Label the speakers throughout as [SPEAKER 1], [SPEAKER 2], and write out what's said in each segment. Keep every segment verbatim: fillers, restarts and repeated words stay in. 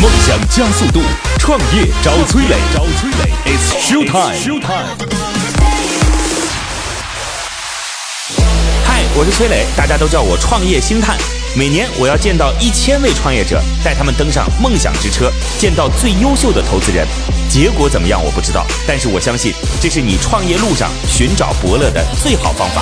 [SPEAKER 1] 梦想加速度，创业找崔磊，找崔磊 ，It's show time。嗨，我是崔磊，大家都叫我创业星探。每年我要见到一千位创业者，带他们登上梦想之车，见到最优秀的投资人。结果怎么样我不知道，但是我相信这是你创业路上寻找伯乐的最好方法。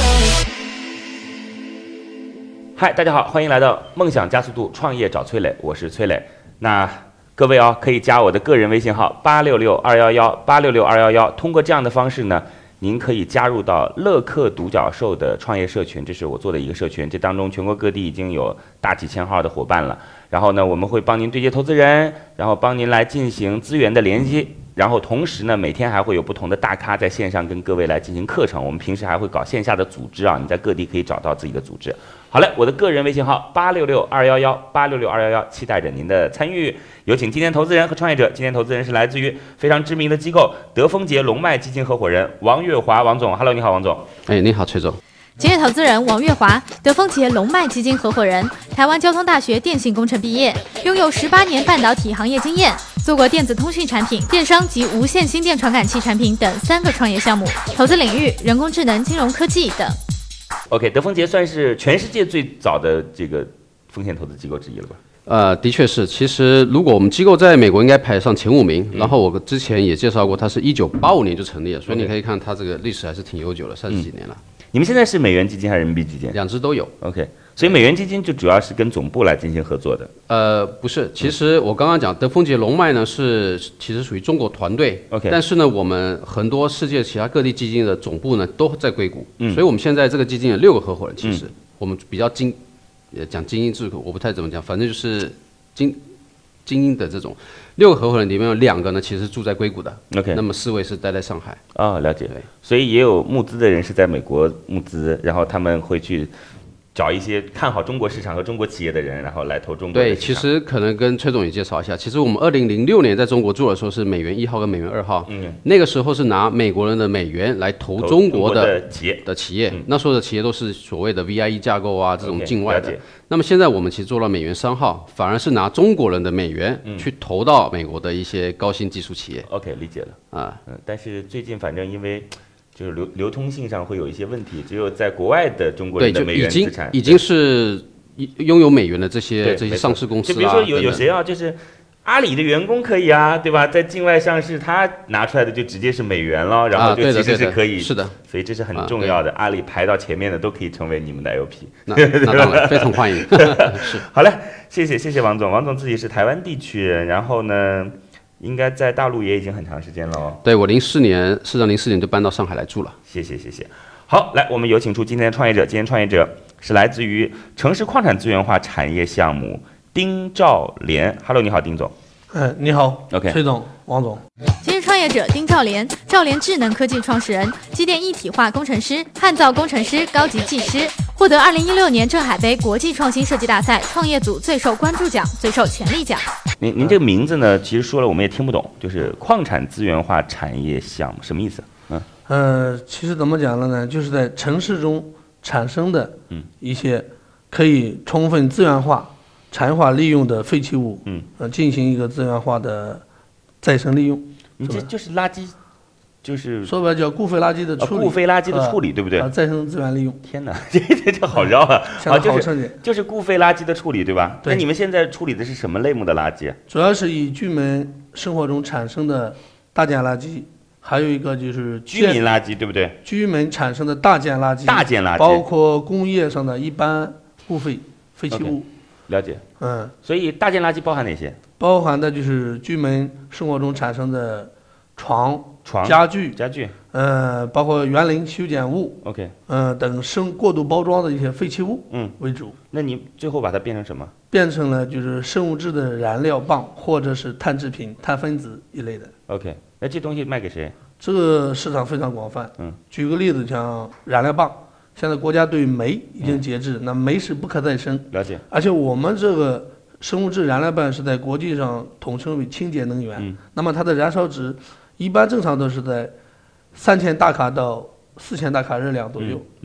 [SPEAKER 1] 嗨，大家好，欢迎来到梦想加速度创业找崔磊，我是崔磊。那各位哦，可以加我的个人微信号八六六二幺幺八六六二幺幺，通过这样的方式呢，您可以加入到乐客独角兽的创业社群，这是我做的一个社群，这当中全国各地已经有大几千号的伙伴了。然后呢，我们会帮您对接投资人，然后帮您来进行资源的联系，然后同时呢，每天还会有不同的大咖在线上跟各位来进行课程。我们平时还会搞线下的组织啊，你在各地可以找到自己的组织。好嘞，我的个人微信号八六六二幺幺八六六二幺幺，期待着您的参与。有请今天投资人和创业者。今天投资人是来自于非常知名的机构德丰杰龙脉基金合伙人王月华王总。Hello， 你好，王总。
[SPEAKER 2] 哎，你好，崔总。
[SPEAKER 3] 今日投资人王月华，德丰杰龙脉基金合伙人，台湾交通大学电信工程毕业，拥有十八年半导体行业经验，做过电子通讯产品、电商及无线心电传感器产品等三个创业项目，投资领域人工智能、金融科技等。
[SPEAKER 1] OK， 德丰杰算是全世界最早的这个风险投资机构之一了吧？
[SPEAKER 2] 呃，的确是。其实，如果我们机构在美国应该排上前五名。嗯、然后我之前也介绍过，它是一九八五年就成立了，所以你可以看它这个历史还是挺悠久了，三十几年了。嗯、
[SPEAKER 1] 你们现在是美元基金还是人民币基金？
[SPEAKER 2] 两只都有。
[SPEAKER 1] OK， 所以美元基金就主要是跟总部来进行合作的。
[SPEAKER 2] 呃，不是，其实我刚刚讲德丰杰龙脉呢是其实属于中国团队。
[SPEAKER 1] OK，
[SPEAKER 2] 但是呢，我们很多世界其他各地基金的总部呢都在硅谷。嗯，所以我们现在这个基金有六个合伙人，其实、嗯、我们比较精，也讲精英制，我不太怎么讲，反正就是精精英的这种六个合伙人里面有两个呢，其实住在硅谷的。
[SPEAKER 1] OK，
[SPEAKER 2] 那么四位是待在上海。
[SPEAKER 1] 哦，了解。所以也有募资的人是在美国募资，然后他们会去找一些看好中国市场和中国企业的人，然后来投中国的市场。
[SPEAKER 2] 对，其实可能跟崔总也介绍一下，其实我们二零零六年在中国做的时候是美元一号跟美元二号，嗯，那个时候是拿美国人的美元来投中国的
[SPEAKER 1] 企业
[SPEAKER 2] 的企业，嗯、那时候的企业都是所谓的 V I E 架构啊，这种境外的。Okay，那么现在我们其实做了美元三号，反而是拿中国人的美元去投到美国的一些高新技术企业。
[SPEAKER 1] OK， 理解了啊，嗯，但是最近反正因为就是流流通性上会有一些问题，只有在国外的中国人的美元资产，
[SPEAKER 2] 对，就已经已经是拥有美元的这些这些上市公司、啊、
[SPEAKER 1] 就比如说有有谁啊，就是阿里的员工可以啊，对吧？在境外上市，他拿出来的就直接是美元了，然后就其实是可以，
[SPEAKER 2] 啊、是的，
[SPEAKER 1] 所以这是很重要的。啊、阿里排到前面的都可以成为你们的 L P，
[SPEAKER 2] 那那当然非常欢迎。是，
[SPEAKER 1] 好嘞，谢谢谢谢王总，王总自己是台湾地区人，然后呢，应该在大陆也已经很长时间了哦。
[SPEAKER 2] 对，我零四年，市长零四年就搬到上海来住了。
[SPEAKER 1] 谢谢谢谢。好，来，我们有请出今天的创业者，今天创业者是来自于城市矿产资源化产业项目。丁兆廉 ，Hello， 你好，丁总。
[SPEAKER 4] 嗯，你好
[SPEAKER 1] ，OK，
[SPEAKER 4] 崔总，王总。
[SPEAKER 3] 今日创业者丁兆廉，兆廉智能科技创始人，机电一体化工程师，焊造工程师高级技师，获得二零一六年镇海杯国际创新设计大赛创业组最受关注奖、最受潜力奖。
[SPEAKER 1] 您您这个名字呢，其实说了我们也听不懂，就是矿产资源化产业项目，什么意思？嗯，
[SPEAKER 4] 呃，其实怎么讲了呢？就是在城市中产生的一些可以充分资源化、产业化利用的废弃物，嗯，呃，进行一个资源化的再生利用。
[SPEAKER 1] 你这就是垃圾，就是
[SPEAKER 4] 说白了叫固废垃圾的处理，
[SPEAKER 1] 啊、固废垃圾的处理，呃、对不对？
[SPEAKER 4] 啊，再生资源利用。
[SPEAKER 1] 天哪，这这这好绕啊！
[SPEAKER 4] 啊，
[SPEAKER 1] 就是就是固废垃圾的处理，对吧？
[SPEAKER 4] 对。
[SPEAKER 1] 那你们现在处理的是什么类目的垃圾？
[SPEAKER 4] 主要是以居民生活中产生的大件垃圾。还有一个就是
[SPEAKER 1] 居民垃圾，对不对？
[SPEAKER 4] 居民产生的大件垃圾，
[SPEAKER 1] 大件垃圾
[SPEAKER 4] 包括工业上的一般固废废弃物。
[SPEAKER 1] Okay， 了解。
[SPEAKER 4] 嗯，
[SPEAKER 1] 所以大件垃圾包含哪些？
[SPEAKER 4] 包含的就是居民生活中产生的床、
[SPEAKER 1] 床、
[SPEAKER 4] 家具、
[SPEAKER 1] 家具，
[SPEAKER 4] 呃，包括园林修剪物
[SPEAKER 1] ，OK，
[SPEAKER 4] 呃等生过度包装的一些废弃物，嗯，为主。
[SPEAKER 1] 那你最后把它变成什么？
[SPEAKER 4] 变成了就是生物质的燃料棒，或者是碳制品、碳分子一类的。
[SPEAKER 1] OK。那这东西卖给谁？
[SPEAKER 4] 这个市场非常广泛。嗯，举个例子，像燃料棒，现在国家对煤已经节制，嗯、那煤是不可再生。
[SPEAKER 1] 了解。
[SPEAKER 4] 而且我们这个生物质燃料棒是在国际上统称为清洁能源。嗯。那么它的燃烧值，一般正常都是在三千大卡到四千大卡热量左右。
[SPEAKER 1] 嗯。嗯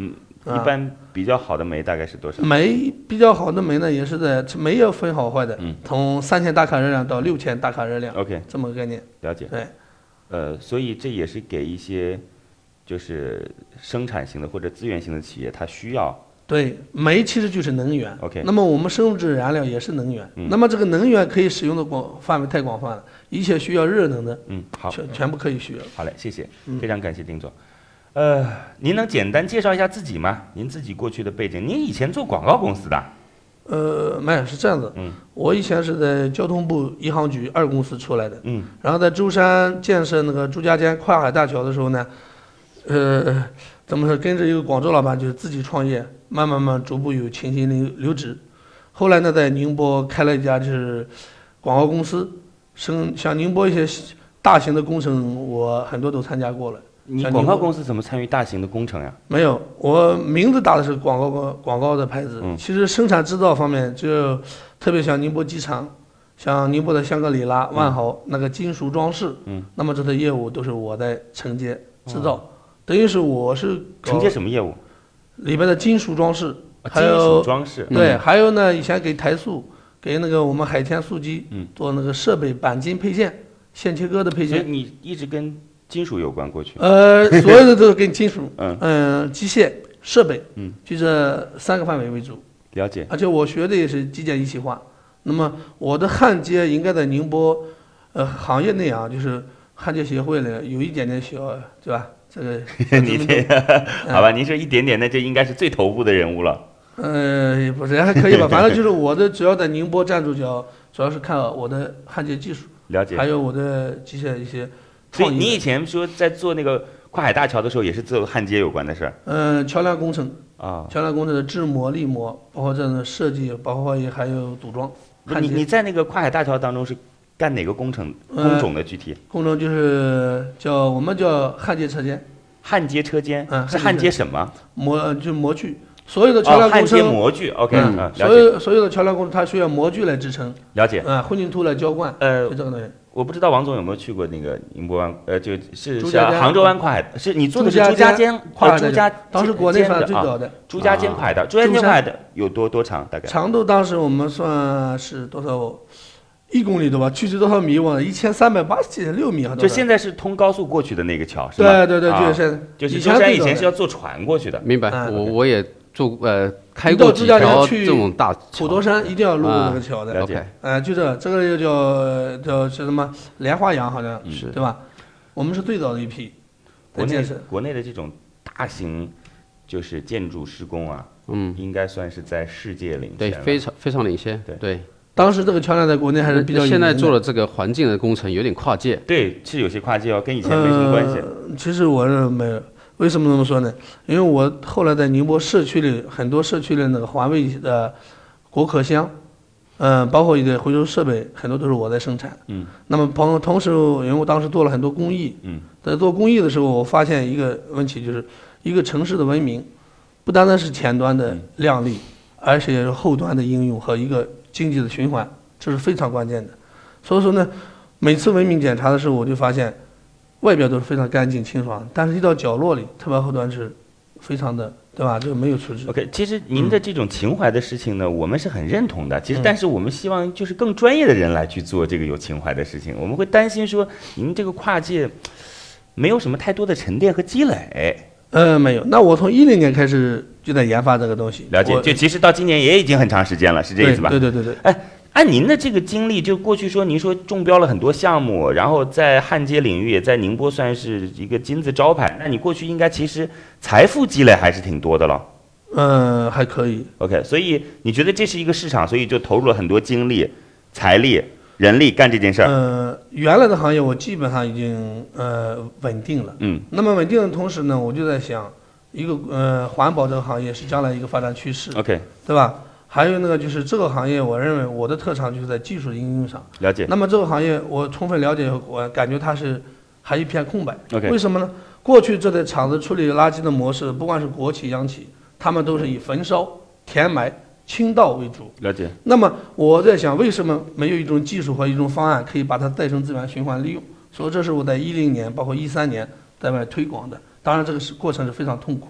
[SPEAKER 1] 一般比较好的煤大概是多少？
[SPEAKER 4] 煤比较好的煤呢，也是在煤也分好坏的，
[SPEAKER 1] 嗯，
[SPEAKER 4] 从三千大卡热量到六千大卡热量
[SPEAKER 1] ，OK，
[SPEAKER 4] 这么个概念。
[SPEAKER 1] 了解。
[SPEAKER 4] 对，
[SPEAKER 1] 呃，所以这也是给一些就是生产型的或者资源型的企业，它需要。
[SPEAKER 4] 对，煤其实就是能源。
[SPEAKER 1] OK，
[SPEAKER 4] 那么我们生物质燃料也是能源。
[SPEAKER 1] 嗯、
[SPEAKER 4] 那么这个能源可以使用的广范围太广泛了，一切需要热能的，
[SPEAKER 1] 嗯，好，
[SPEAKER 4] 全全部可以需要。
[SPEAKER 1] 好嘞，谢谢，
[SPEAKER 4] 嗯、
[SPEAKER 1] 非常感谢丁总。呃，您能简单介绍一下自己吗？您自己过去的背景，您以前做广告公司的？
[SPEAKER 4] 呃，没有，是这样子。
[SPEAKER 1] 嗯，
[SPEAKER 4] 我以前是在交通部一航局二公司出来的。
[SPEAKER 1] 嗯，
[SPEAKER 4] 然后在舟山建设那个朱家尖跨海大桥的时候呢，呃，怎么说，跟着一个广州老板就是自己创业，慢慢慢逐步有倾心留留职。后来呢，在宁波开了一家就是广告公司，生像宁波一些大型的工程，我很多都参加过了。
[SPEAKER 1] 你广告公司怎么参与大型的工程呀？
[SPEAKER 4] 没有，我名字打的是广告广告的牌子。
[SPEAKER 1] 嗯、
[SPEAKER 4] 其实生产制造方面，就特别像宁波机场，像宁波的香格里拉、万豪、嗯、那个金属装饰，
[SPEAKER 1] 嗯，
[SPEAKER 4] 那么这些业务都是我在承接制造，哦、等于是我是
[SPEAKER 1] 承接什么业务？
[SPEAKER 4] 里边的金属装饰，
[SPEAKER 1] 啊、
[SPEAKER 4] 还有
[SPEAKER 1] 金属装饰，
[SPEAKER 4] 对，
[SPEAKER 1] 嗯、
[SPEAKER 4] 还有呢，以前给台塑，给那个我们海天塑机，
[SPEAKER 1] 嗯，
[SPEAKER 4] 做那个设备钣金配件、线切割的配件。
[SPEAKER 1] 所以你一直跟金属有关过去？
[SPEAKER 4] 呃，所有的都是跟金属，
[SPEAKER 1] 嗯
[SPEAKER 4] 嗯、呃，机械设备，
[SPEAKER 1] 嗯，
[SPEAKER 4] 就这三个范围为主。
[SPEAKER 1] 了解。
[SPEAKER 4] 而且我学的也是机械一体化。那么我的焊接应该在宁波，呃，行业内啊，就是焊接协会呢有一点点小，对吧？这个
[SPEAKER 1] 你这个好吧，您说一点点的，这应该是最头部的人物了。
[SPEAKER 4] 呃，也不是，还可以吧。反正就是我的，只要在宁波站住脚，主要是看我的焊接技术，
[SPEAKER 1] 了解，
[SPEAKER 4] 还有我的机械一些。
[SPEAKER 1] 所以你以前说在做那个跨海大桥的时候，也是做焊接有关的事儿？
[SPEAKER 4] 嗯、呃，桥梁工程
[SPEAKER 1] 啊，
[SPEAKER 4] 桥梁工程的制模、立模，包括这样的设计，包括也还有组装。
[SPEAKER 1] 你你在那个跨海大桥当中是干哪个工程工种的具体？
[SPEAKER 4] 呃、工程就是叫我们叫焊接车间。
[SPEAKER 1] 焊接车间，
[SPEAKER 4] 嗯，
[SPEAKER 1] 是焊接什么？
[SPEAKER 4] 模就模具，所有的桥梁工程。
[SPEAKER 1] 哦、焊接模具 ，OK，
[SPEAKER 4] 嗯，
[SPEAKER 1] 嗯
[SPEAKER 4] 所有所有的桥梁工程，它需要模具来支撑。
[SPEAKER 1] 了解。
[SPEAKER 4] 啊、嗯，混凝土来浇灌。
[SPEAKER 1] 呃，
[SPEAKER 4] 就这个东西。
[SPEAKER 1] 我不知道王总有没有去过那个宁波湾，呃，就是
[SPEAKER 4] 是
[SPEAKER 1] 杭州湾跨海，是你做的是朱家尖
[SPEAKER 4] 跨海
[SPEAKER 1] 朱家，
[SPEAKER 4] 当时国内算最早的。
[SPEAKER 1] 朱家尖跨海的，朱家尖跨海的有多多长？大概？
[SPEAKER 4] 长度当时我们算是多少？一公里多吧？具体多少米？忘了，一千三百八十几六米。
[SPEAKER 1] 就现在是通高速过去的那个桥，是吧？
[SPEAKER 4] 对对对，就是现在。
[SPEAKER 1] 就是舟山以前是要坐船过去的。
[SPEAKER 2] 明白，
[SPEAKER 4] 嗯、
[SPEAKER 2] 我我也做呃开过几条这种大桥。
[SPEAKER 4] 普陀山一定要路过那个桥的。
[SPEAKER 1] 了解。
[SPEAKER 4] 哎，就这，这个又叫叫是什么莲花洋，好像是对吧？我们是最早的一批。
[SPEAKER 1] 国内国内的这种大型就是建筑施工啊，
[SPEAKER 2] 嗯，
[SPEAKER 1] 应该算是在世界领先。
[SPEAKER 2] 对，非常非常领先。
[SPEAKER 1] 对
[SPEAKER 2] 对。
[SPEAKER 4] 当时这个桥梁在国内还是比较。
[SPEAKER 2] 现在做的这个环境的工程有点跨界。
[SPEAKER 1] 对，是有些跨界哦，跟以前没什么关系。
[SPEAKER 4] 呃、其实我是没有，为什么这么说呢？因为我后来在宁波社区里，很多社区的那个环卫的果壳箱，嗯、呃，包括一些回收设备，很多都是我在生产。
[SPEAKER 1] 嗯。
[SPEAKER 4] 那么同同时，因为我当时做了很多公益。
[SPEAKER 1] 嗯。
[SPEAKER 4] 在做公益的时候，我发现一个问题，就是一个城市的文明，不单单是前端的亮丽，嗯、而且也是后端的应用和一个经济的循环，这是非常关键的。所以说呢，每次文明检查的时候，我就发现，外表都是非常干净清爽，但是一到角落里，特别后端是非常的，对吧？这个没有处置。
[SPEAKER 1] OK， 其实您的这种情怀的事情呢，嗯、我们是很认同的。其实，但是我们希望就是更专业的人来去做这个有情怀的事情。我们会担心说，您这个跨界没有什么太多的沉淀和积累。
[SPEAKER 4] 呃，没有。那我从一零年开始就在研发这个东西。
[SPEAKER 1] 了解，就其实到今年也已经很长时间了，是这意思吧？
[SPEAKER 4] 对对对对。
[SPEAKER 1] 哎，按您的这个经历，就过去说您说中标了很多项目，然后在焊接领域也在宁波算是一个金字招牌。那你过去应该其实财富积累还是挺多的了。
[SPEAKER 4] 嗯，还可以。
[SPEAKER 1] OK， 所以你觉得这是一个市场，所以就投入了很多精力、财力、人力干这件事儿。
[SPEAKER 4] 呃，原来的行业我基本上已经呃稳定了。
[SPEAKER 1] 嗯。
[SPEAKER 4] 那么稳定的同时呢，我就在想，一个呃环保这个行业是将来一个发展趋势。
[SPEAKER 1] OK。
[SPEAKER 4] 对吧？还有那个就是这个行业，我认为我的特长就是在技术应用上。
[SPEAKER 1] 了解。
[SPEAKER 4] 那么这个行业我充分了解以后，我感觉它是还一片空白。
[SPEAKER 1] OK。
[SPEAKER 4] 为什么呢？过去这类厂子处理垃圾的模式，不管是国企、央企，他们都是以焚烧、填埋、倾倒为主。
[SPEAKER 1] 了解。
[SPEAKER 4] 那么我在想，为什么没有一种技术和一种方案可以把它再生资源循环利用？所以这是我在一零年，包括一三年在外推广的。当然，这个是过程是非常痛苦。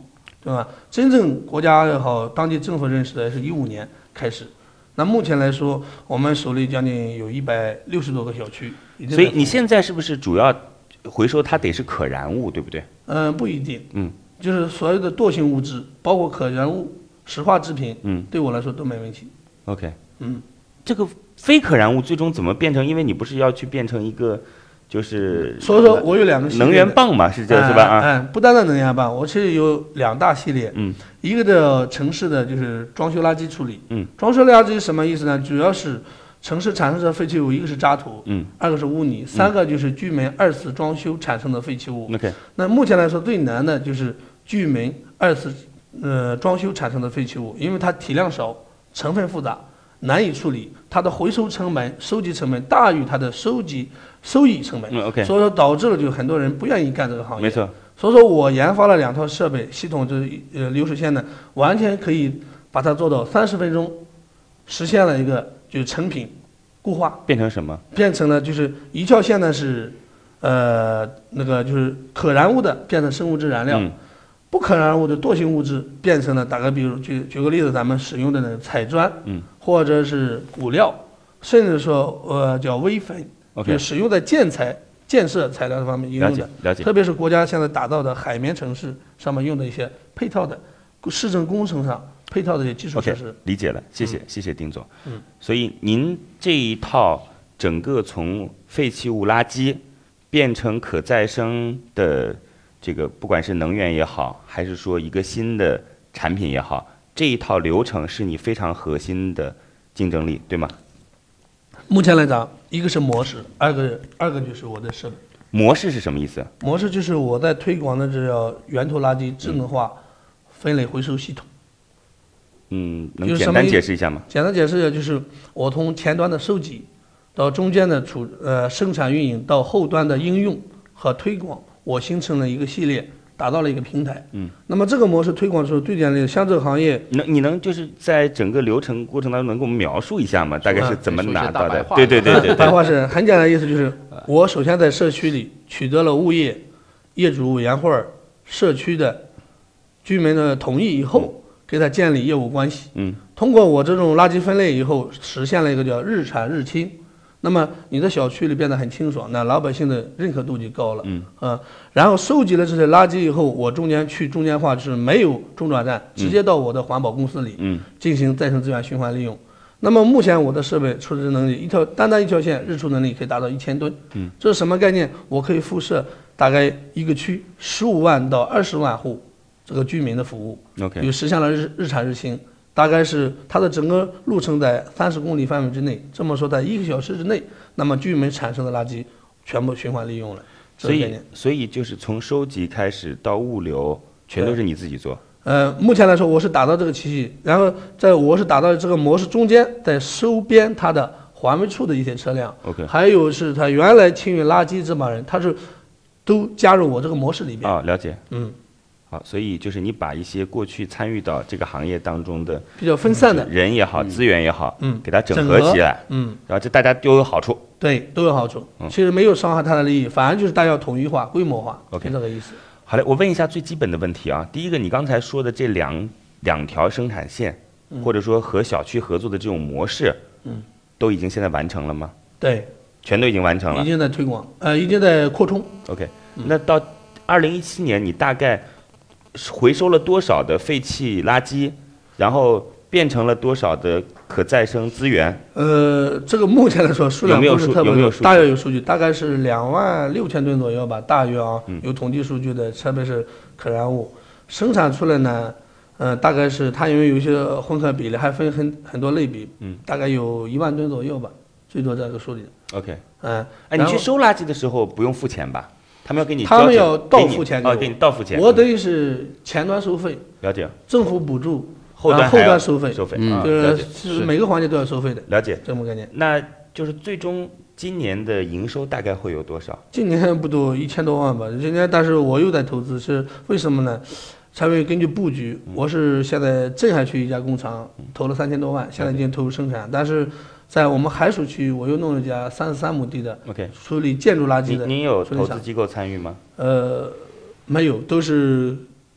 [SPEAKER 4] 对吧？真正国家也好，当地政府认识的是一五年开始。那目前来说，我们手里将近有一百六十多个小区。
[SPEAKER 1] 所以你现在是不是主要回收它得是可燃物，对不对？
[SPEAKER 4] 嗯、呃，不一定。
[SPEAKER 1] 嗯，
[SPEAKER 4] 就是所有的惰性物质，包括可燃物、石化制品，
[SPEAKER 1] 嗯，
[SPEAKER 4] 对我来说都没问题。
[SPEAKER 1] OK，
[SPEAKER 4] 嗯，
[SPEAKER 1] 这个非可燃物最终怎么变成？因为你不是要去变成一个，就是
[SPEAKER 4] 所以说我有两个系列
[SPEAKER 1] 能源棒嘛，是这样、
[SPEAKER 4] 嗯、
[SPEAKER 1] 是吧？啊，
[SPEAKER 4] 嗯，不单单能源棒，我其实有两大系列。
[SPEAKER 1] 嗯，
[SPEAKER 4] 一个的城市的就是装修垃圾处理。
[SPEAKER 1] 嗯，
[SPEAKER 4] 装修垃圾是什么意思呢？主要是城市产生的废弃物，一个是渣土，
[SPEAKER 1] 嗯，
[SPEAKER 4] 二个是污泥，三个就是居民二次装修产生的废弃物。
[SPEAKER 1] OK，
[SPEAKER 4] 那目前来说最难的就是居民二次呃装修产生的废弃物，因为它体量少，成分复杂，难以处理，它的回收成本、收集成本大于它的收集收益成本。
[SPEAKER 1] 嗯 OK，
[SPEAKER 4] 所以说导致了就很多人不愿意干这个行业。
[SPEAKER 1] 没错。
[SPEAKER 4] 所以说我研发了两套设备系统，就是呃流水线呢，完全可以把它做到三十分钟，实现了一个就是成品固化，
[SPEAKER 1] 变成什么？
[SPEAKER 4] 变成了就是一条线呢是，呃那个就是可燃物的变成生物质燃料，
[SPEAKER 1] 嗯、
[SPEAKER 4] 不可燃物的惰性物质变成了，打个比如举举个例子，咱们使用的那个彩砖，
[SPEAKER 1] 嗯，
[SPEAKER 4] 或者是骨料，甚至说呃叫微粉，
[SPEAKER 1] OK，
[SPEAKER 4] 就使用在建材。建设材料方面应用的，
[SPEAKER 1] 了解了解，
[SPEAKER 4] 特别是国家现在打造的海绵城市上面用的一些配套的市政工程上配套的一些基础设施。
[SPEAKER 1] Okay，理解了，谢谢、嗯、谢谢丁总。
[SPEAKER 4] 嗯，
[SPEAKER 1] 所以您这一套整个从废弃物垃圾变成可再生的这个，不管是能源也好，还是说一个新的产品也好，这一套流程是你非常核心的竞争力，对吗？
[SPEAKER 4] 目前来讲，一个是模式，二个二个就是我的设备。
[SPEAKER 1] 模式是什么意思？
[SPEAKER 4] 模式就是我在推广的这叫源头垃圾智能化分类回收系统。
[SPEAKER 1] 嗯，能简单解释一下吗？
[SPEAKER 4] 简单解释一下，就是我从前端的收集，到中间的储呃生产运营，到后端的应用和推广，我形成了一个系列。打造了一个平台，
[SPEAKER 1] 嗯，
[SPEAKER 4] 那么这个模式推广的时候，最简单的，像这个行业，
[SPEAKER 1] 能你能就是在整个流程过程当中能给我们描述一下吗？大概是怎么拿到的？对对对对对，
[SPEAKER 4] 白话是很简单的意思，就是我首先在社区里取得了物业、业主委员会、社区的居民的同意以后，给他建立业务关系，
[SPEAKER 1] 嗯，
[SPEAKER 4] 通过我这种垃圾分类以后，实现了一个叫日产日清。那么你的小区里变得很清爽，那老百姓的认可度就高了。
[SPEAKER 1] 嗯，
[SPEAKER 4] 呃，然后收集了这些垃圾以后，我中间去中间化，就是没有中转站，直接到我的环保公司里，
[SPEAKER 1] 嗯，
[SPEAKER 4] 进行再生资源循环利用。那么目前我的设备处置能力，一条单单一条线日出能力可以达到一千吨。
[SPEAKER 1] 嗯，
[SPEAKER 4] 这是什么概念？我可以辐射大概一个区十五万到二十万户这个居民的服务。
[SPEAKER 1] OK，
[SPEAKER 4] 就实现了日日产日清。大概是它的整个路程在三十公里范围之内，这么说在一个小时之内，那么居民产生的垃圾全部循环利用了。
[SPEAKER 1] 所以，所以就是从收集开始到物流，全都是你自己做。
[SPEAKER 4] 呃，目前来说，我是打造这个机器，然后在我是打造这个模式中间，在收编它的环卫处的一些车辆。
[SPEAKER 1] OK，
[SPEAKER 4] 还有是他原来清运垃圾这帮人，他是都加入我这个模式里边。
[SPEAKER 1] 啊、哦，了解。
[SPEAKER 4] 嗯。
[SPEAKER 1] 好，所以就是你把一些过去参与到这个行业当中的
[SPEAKER 4] 比较分散的
[SPEAKER 1] 人也好、
[SPEAKER 4] 嗯、
[SPEAKER 1] 资源也好，
[SPEAKER 4] 嗯，
[SPEAKER 1] 给它整合起来，
[SPEAKER 4] 嗯，
[SPEAKER 1] 然后这大家都有好处，
[SPEAKER 4] 对，都有好处。
[SPEAKER 1] 嗯、
[SPEAKER 4] 其实没有伤害他的利益，反而就是大家要统一化、规模化
[SPEAKER 1] ，OK，
[SPEAKER 4] 这个意思。
[SPEAKER 1] 好嘞，我问一下最基本的问题啊，第一个，你刚才说的这两两条生产线，
[SPEAKER 4] 嗯、
[SPEAKER 1] 或者说和小区合作的这种模式，
[SPEAKER 4] 嗯，
[SPEAKER 1] 都已经现在完成了吗？
[SPEAKER 4] 对，
[SPEAKER 1] 全都已经完成了，
[SPEAKER 4] 已经在推广，呃，已经在扩充。
[SPEAKER 1] OK，、
[SPEAKER 4] 嗯、
[SPEAKER 1] 那到二零一七年，你大概回收了多少的废弃垃圾，然后变成了多少的可再生资源？
[SPEAKER 4] 呃，这个目前来说数量不是特别多，大约有数据，大概是两万六千吨左右吧，大约啊，
[SPEAKER 1] 嗯、
[SPEAKER 4] 有统计数据的，特别是可燃物生产出来呢，呃，大概是它因为有一些混合比例，还分很很多类比，
[SPEAKER 1] 嗯，
[SPEAKER 4] 大概有一万吨左右吧，最多这个数据。
[SPEAKER 1] OK，
[SPEAKER 4] 嗯，
[SPEAKER 1] 哎，你去收垃圾的时候不用付钱吧？他们要给你，
[SPEAKER 4] 他们要倒付钱给我，
[SPEAKER 1] 哦，给你倒付钱。
[SPEAKER 4] 我等于是前端收费，
[SPEAKER 1] 了解。
[SPEAKER 4] 政府补助，
[SPEAKER 1] 后端
[SPEAKER 4] 后端收费，
[SPEAKER 1] 收费，
[SPEAKER 4] 嗯，就是是每个环节都要收费的。
[SPEAKER 1] 了解，
[SPEAKER 4] 这么概念。
[SPEAKER 1] 那就是最终今年的营收大概会有多少？
[SPEAKER 4] 今年不多一千多万吧，今年但是我又在投资，是为什么呢？才会根据布局，我是现在镇海区一家工厂投了三千多万，现在已经投入生产，但是在我们海曙区，我又弄了一家三十三亩地的
[SPEAKER 1] ，OK，
[SPEAKER 4] 处理建筑垃圾的。
[SPEAKER 1] 您有投资机构参与吗？
[SPEAKER 4] 呃，没有，都是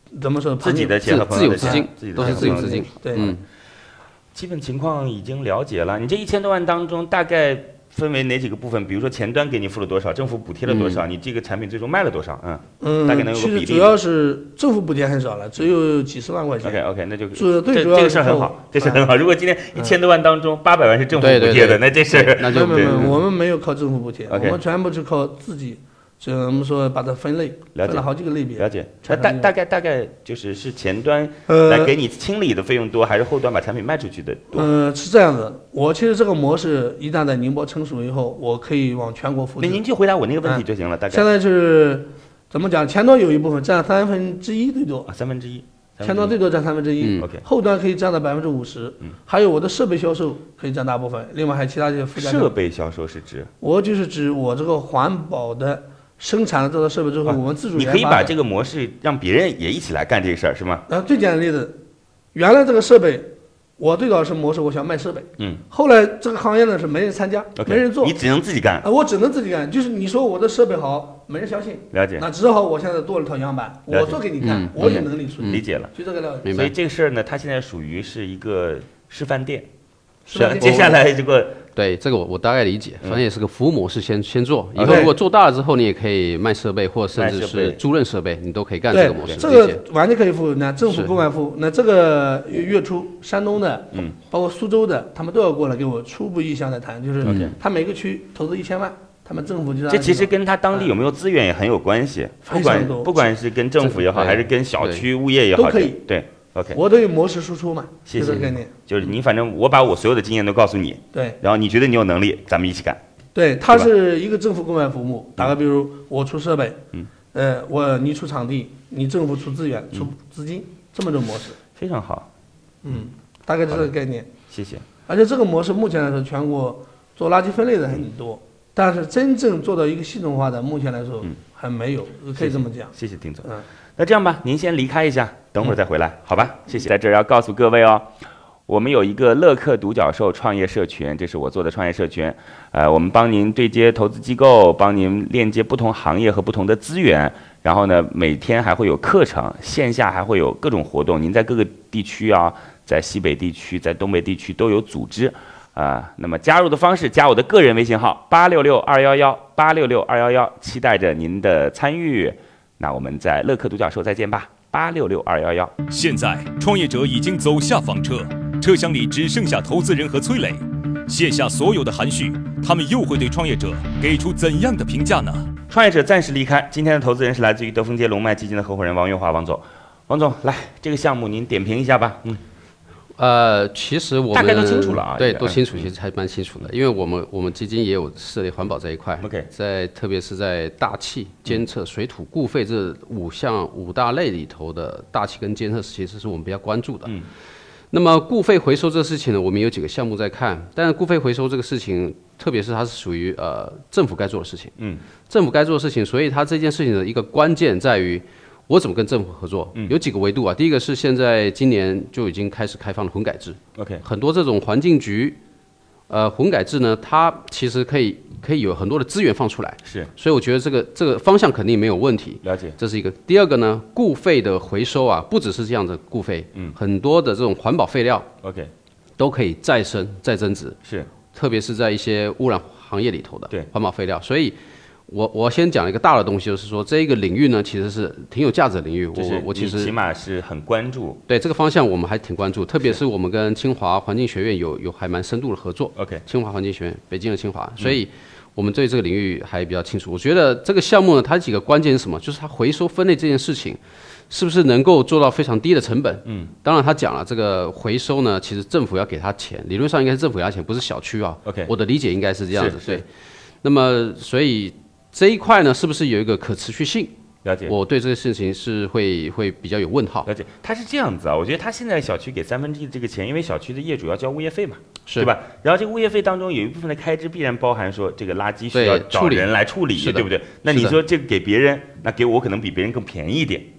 [SPEAKER 4] 怎么说？
[SPEAKER 1] 自己的钱和朋
[SPEAKER 2] 自
[SPEAKER 1] 友的钱
[SPEAKER 2] 有资金，
[SPEAKER 1] 自己的
[SPEAKER 2] 都是自有资金。
[SPEAKER 4] 对，
[SPEAKER 2] 嗯，
[SPEAKER 1] 基本情况已经了解了。你这一千多万当中，大概分为哪几个部分？比如说前端给你付了多少，政府补贴了多少，
[SPEAKER 2] 嗯、
[SPEAKER 1] 你这个产品最终卖了多少？嗯
[SPEAKER 4] 嗯，
[SPEAKER 1] 大概能有个比例。
[SPEAKER 4] 其实主要是政府补贴很少了，只有几十万块钱。
[SPEAKER 1] OK OK， 那就
[SPEAKER 4] 这最主要
[SPEAKER 1] 这个事儿很好，这事很好。如果今天一千多万当中八百万是政府补贴的，那这事
[SPEAKER 2] 那就
[SPEAKER 4] 没有没有，我们没有靠政府补贴，
[SPEAKER 1] OK
[SPEAKER 4] 我们全部是靠自己。所以我们说把它分类，分了好几个类别。
[SPEAKER 1] 了解。那大大概大概就是是前端
[SPEAKER 4] 呃
[SPEAKER 1] 来给你清理的费用多，还是后端把产品卖出去的多？
[SPEAKER 4] 呃，是这样的。我其实这个模式一旦在宁波成熟以后，我可以往全国复制。
[SPEAKER 1] 那您就回答我那个问题就行了。大概
[SPEAKER 4] 现在是怎么讲？前端有一部分占三分之一最多，
[SPEAKER 1] 啊，三分之一。
[SPEAKER 4] 前端最多占三分之一，
[SPEAKER 2] 嗯
[SPEAKER 1] OK
[SPEAKER 4] 后端可以占到百分之五十。还有我的设备销售可以占大部分，另外还有其他这些附加。
[SPEAKER 1] 设备销售是指？
[SPEAKER 4] 我就是指我这个环保的。生产了这个设备之后，
[SPEAKER 1] 啊、
[SPEAKER 4] 我们自主
[SPEAKER 1] 你可以把这个模式让别人也一起来干这个事儿，是吗？
[SPEAKER 4] 啊，最简单的例子，原来这个设备，我最早是模式，我想卖设备，
[SPEAKER 1] 嗯，
[SPEAKER 4] 后来这个行业呢是没人参加，
[SPEAKER 1] okay,
[SPEAKER 4] 没人做，
[SPEAKER 1] 你只能自己干
[SPEAKER 4] 啊，我只能自己干，就是你说我的设备好，没人相信，
[SPEAKER 1] 了解，
[SPEAKER 4] 那只好我现在做了套样板，我做给你看，
[SPEAKER 2] 嗯、
[SPEAKER 4] 我有能力出，
[SPEAKER 1] 理解了，
[SPEAKER 4] 就这个料。
[SPEAKER 1] 所以这个事儿呢，它现在属于是一个示范店，
[SPEAKER 4] 是吧？
[SPEAKER 1] 接下来这个。
[SPEAKER 2] 对这个我我大概理解，反正也是个服务模式先，先先做，以后
[SPEAKER 1] Okay
[SPEAKER 2] 如果做大了之后，你也可以卖设备，或甚至是租赁设备，你都可以干这个模式。
[SPEAKER 4] 这个完全可以付，那政府购买付，那这个月初山东的，
[SPEAKER 1] 嗯，
[SPEAKER 4] 包括苏州的，他们都要过来给我初步意向来谈，就是他每个区投资一千万，他们政府就
[SPEAKER 1] 这其实跟他当地有没有资源也很有关系，不管不管是跟政府也好，还是跟小区物业也好，
[SPEAKER 4] 都可以，
[SPEAKER 1] 对。OK，
[SPEAKER 4] 我都有模式输出嘛，
[SPEAKER 1] 谢谢。
[SPEAKER 4] 这个概念
[SPEAKER 1] 就是你，反正我把我所有的经验都告诉你，
[SPEAKER 4] 对，
[SPEAKER 1] 然后你觉得你有能力，咱们一起干。
[SPEAKER 4] 对，它是一个政府购买服务，打个比如，我出设备，嗯，呃，我你出场地，你政府出资源、出资金，这么种模式，
[SPEAKER 1] 非常好。
[SPEAKER 4] 嗯，大概是这个概念。
[SPEAKER 1] 谢谢。
[SPEAKER 4] 而且这个模式目前来说，全国做垃圾分类的很多，但是真正做到一个系统化的，目前来说还没有，可以这么讲。
[SPEAKER 1] 谢谢丁总。
[SPEAKER 4] 嗯。
[SPEAKER 1] 那这样吧，您先离开一下，等会儿再回来，好吧？谢谢。在这儿要告诉各位哦，我们有一个乐客独角兽创业社群，这是我做的创业社群。呃，我们帮您对接投资机构，帮您链接不同行业和不同的资源。然后呢，每天还会有课程，线下还会有各种活动。您在各个地区啊，在西北地区、在东北地区都有组织啊、呃。那么加入的方式，加我的个人微信号八六六二幺幺八六六二幺幺，期待着您的参与。那我们在乐客独角兽再见吧，八六六二幺幺。
[SPEAKER 5] 现在创业者已经走下房车，车厢里只剩下投资人和崔磊，卸下所有的含蓄，他们又会对创业者给出怎样的评价呢？
[SPEAKER 1] 创业者暂时离开，今天的投资人是来自于德丰街龙脉基金的合伙人王月华，王总。王总，来这个项目您点评一下吧。嗯。
[SPEAKER 2] 呃，其实我们
[SPEAKER 1] 大概都清楚了啊，
[SPEAKER 2] 对，都清楚，其实还蛮清楚的，因为我们我们基金也有涉猎环保这一块。
[SPEAKER 1] OK，
[SPEAKER 2] 在特别是在大气监测、水土、固废这五项五大类里头的大气跟监测，其实是我们比较关注的。嗯。那么固废回收这个事情呢，我们有几个项目在看，但是固废回收这个事情，特别是它是属于呃政府该做的事情。嗯。政府该做的事情，所以它这件事情的一个关键在于。我怎么跟政府合作？有几个维度啊。第一个是现在今年就已经开始开放了混改制。
[SPEAKER 1] OK，
[SPEAKER 2] 很多这种环境局，呃，混改制呢，它其实可以可以有很多的资源放出来。
[SPEAKER 1] 是。所
[SPEAKER 2] 以我觉得这个这个方向肯定没有问题。
[SPEAKER 1] 了解。
[SPEAKER 2] 这是一个。第二个呢，固废的回收啊，不只是这样的固废，嗯，很多的这种环保废料
[SPEAKER 1] ，OK，
[SPEAKER 2] 都可以再生再增值。
[SPEAKER 1] 是。
[SPEAKER 2] 特别是在一些污染行业里头的
[SPEAKER 1] 对
[SPEAKER 2] 环保废料，所以。我我先讲一个大的东西，就是说这一个领域呢，其实是挺有价值的领域。我我其实
[SPEAKER 1] 起码是很关注。
[SPEAKER 2] 对这个方向，我们还挺关注，特别是我们跟清华环境学院有有还蛮深度的合作。
[SPEAKER 1] OK，
[SPEAKER 2] 清华环境学院，北京的清华，所以我们对这个领域还比较清楚。我觉得这个项目呢，它几个关键是什么？就是它回收分类这件事情，是不是能够做到非常低的成本？嗯，当然他讲了，这个回收呢，其实政府要给他钱，理论上应该是政府给他钱，不是小区啊。
[SPEAKER 1] OK，
[SPEAKER 2] 我的理解应该是这样子。
[SPEAKER 1] 对。
[SPEAKER 2] 那么所以。这一块呢，是不是有一个可持续性？
[SPEAKER 1] 了解，
[SPEAKER 2] 我对这个事情是会会比较有问号。
[SPEAKER 1] 了解，它是这样子啊，我觉得他现在小区给三分之一的这个钱，因为小区的业主要交物业费嘛，
[SPEAKER 2] 是
[SPEAKER 1] 对吧？然后这个物业费当中有一部分的开支必然包含说这个垃圾需要找人来处理，对不对？那你说这个给别人，那给我可能比别人更便宜一点。